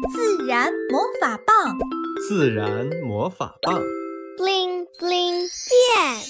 自然魔法棒， 自然魔法棒 ，bling bling 变。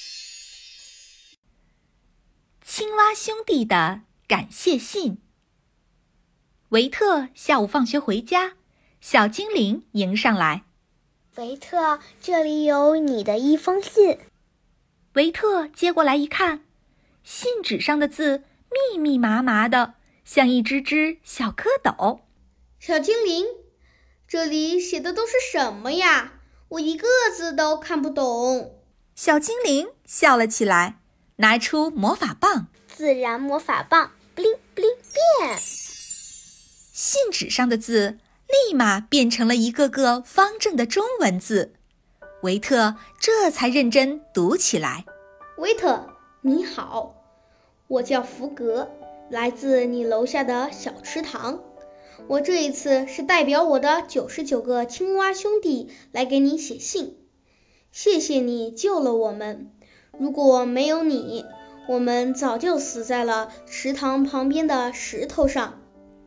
青蛙兄弟的感谢信。维特下午放学回家，小精灵迎上来。 维特，这里有你的一封信。 维特接过来一看，信纸上的字密密麻麻的，像一只只小蝌蚪。 小精灵，这里写的都是什么呀？我一个字都看不懂。 小精灵笑了起来，拿出魔法棒， 自然魔法棒 ，bling bling 变。 信纸上的字立马变成了一个个方正的中文字，维特这才认真读起来。 维特，你好，我叫福格，来自你楼下的小池塘。我这一次是代表我的99个青蛙兄弟来给你写信，谢谢你救了我们。如果没有你，我们早就死在了池塘旁边的石头上。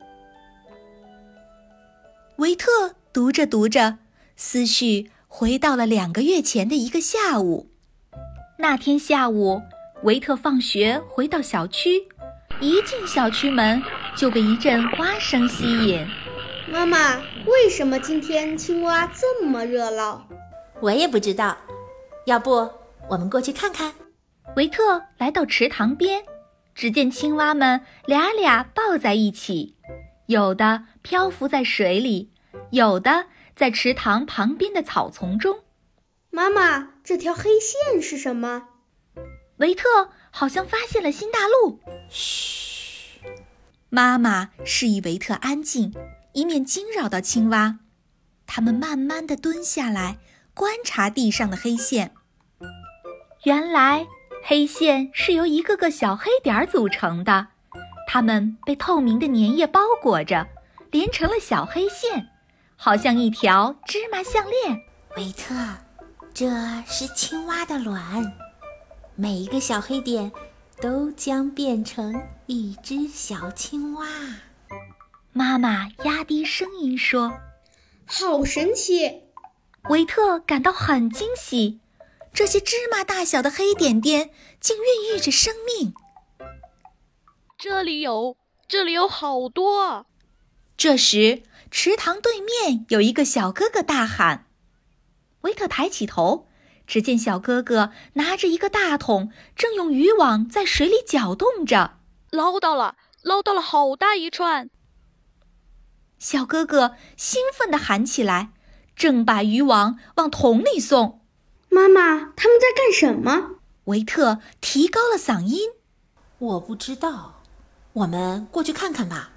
维特读着读着，思绪回到了2个月前的一个下午。那天下午，维特放学回到小区，一进小区门就被一阵蛙声吸引。 妈妈，为什么今天青蛙这么热闹？ 我也不知道，要不我们过去看看？ 维特来到池塘边，只见青蛙们俩俩抱在一起，有的漂浮在水里，有的在池塘旁边的草丛中。 妈妈，这条黑线是什么？ 维特好像发现了新大陆。嘘！妈妈示意维特安静，以免惊扰到青蛙。他们慢慢地蹲下来，观察地上的黑线。原来黑线是由一个个小黑点组成的，它们被透明的粘液包裹着，连成了小黑线，好像一条芝麻项链。 维特，这是青蛙的卵，每一个小黑点都将变成一只小青蛙。 妈妈压低声音说： 好神奇！ 维特感到很惊喜，这些芝麻大小的黑点点竟孕育着生命。 这里有好多。 这时，池塘对面有一个小哥哥大喊。维特抬起头，只见小哥哥拿着一个大桶，正用渔网在水里搅动着。 捞到了好大一串！ 小哥哥兴奋地喊起来，正把渔网往桶里送。 妈妈，他们在干什么？ 维特提高了嗓音。 我不知道，我们过去看看吧。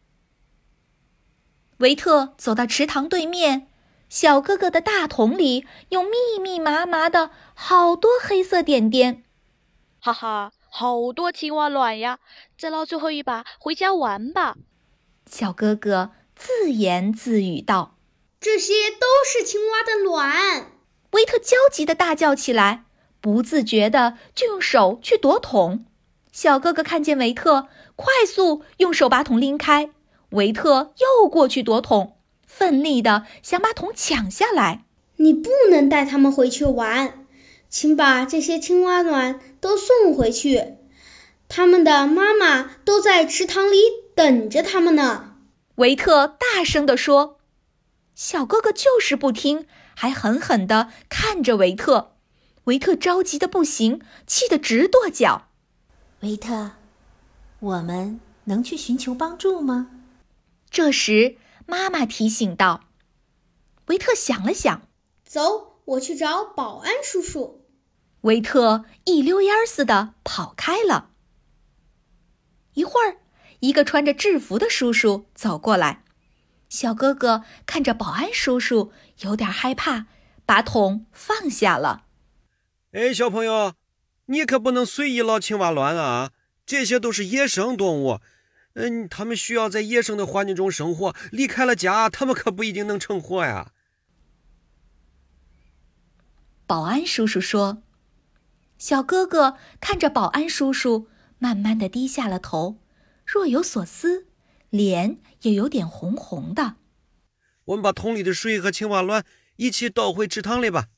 维特走到池塘对面，小哥哥的大桶里有密密麻麻的好多黑色点点。 哈哈，好多青蛙卵呀！再捞最后一把回家玩吧。 小哥哥自言自语道： 这些都是青蛙的卵！ 维特焦急地大叫起来，不自觉地就用手去夺桶。小哥哥看见维特，快速用手把桶拎开。维特又过去夺桶，奋力地想把桶抢下来。 你不能带他们回去玩，请把这些青蛙卵都送回去，他们的妈妈都在池塘里等着他们呢。 维特大声地说。小哥哥就是不听，还狠狠地看着维特。维特着急得不行，气得直跺脚。 维特，我们能去寻求帮助吗？ 这时妈妈提醒道。维特想了想， 走，我去找保安叔叔。 维特一溜烟似的跑开了。一会儿，一个穿着制服的叔叔走过来。小哥哥看着保安叔叔，有点害怕，把桶放下了。 哎，小朋友，你可不能随意捞青蛙卵啊！这些都是野生动物，他们需要在野生的环境中生活，离开了家，他们可不一定能成活呀。 保安叔叔说。小哥哥看着保安叔叔，慢慢地低下了头，若有所思，脸也有点红红的。 我们把桶里的水和青蛙卵一起倒回池塘里吧。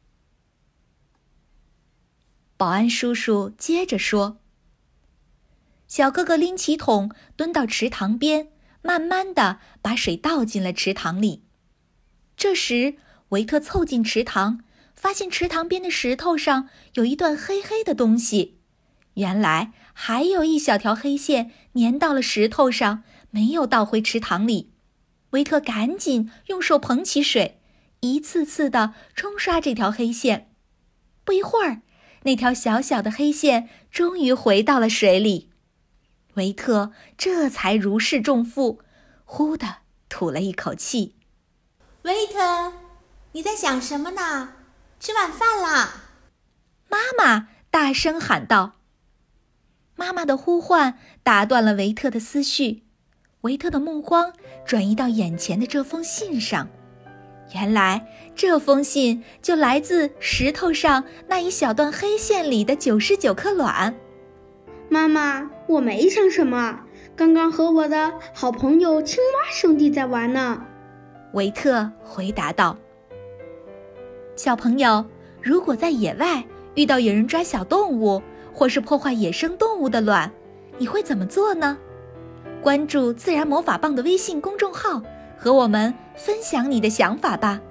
保安叔叔接着说。小哥哥拎起桶，蹲到池塘边，慢慢地把水倒进了池塘里。这时，维特凑近池塘，发现池塘边的石头上有一段黑黑的东西，原来还有一小条黑线粘到了石头上，没有倒回池塘里。维特赶紧用手捧起水，一次次地冲刷这条黑线。不一会儿，那条小小的黑线终于回到了水里。维特这才如释重负，呼地吐了一口气。 维特，你在想什么呢？吃晚饭啦！ 妈妈大声喊道。妈妈的呼唤打断了维特的思绪，维特的目光转移到眼前的这封信上。原来这封信就来自石头上那一小段黑线里的99颗卵。 妈妈，我没想什么，刚刚和我的好朋友青蛙兄弟在玩呢。 维特回答道。小朋友，如果在野外遇到有人抓小动物，或是破坏野生动物的卵，你会怎么做呢？关注自然魔法棒的微信公众号，和我们分享你的想法吧。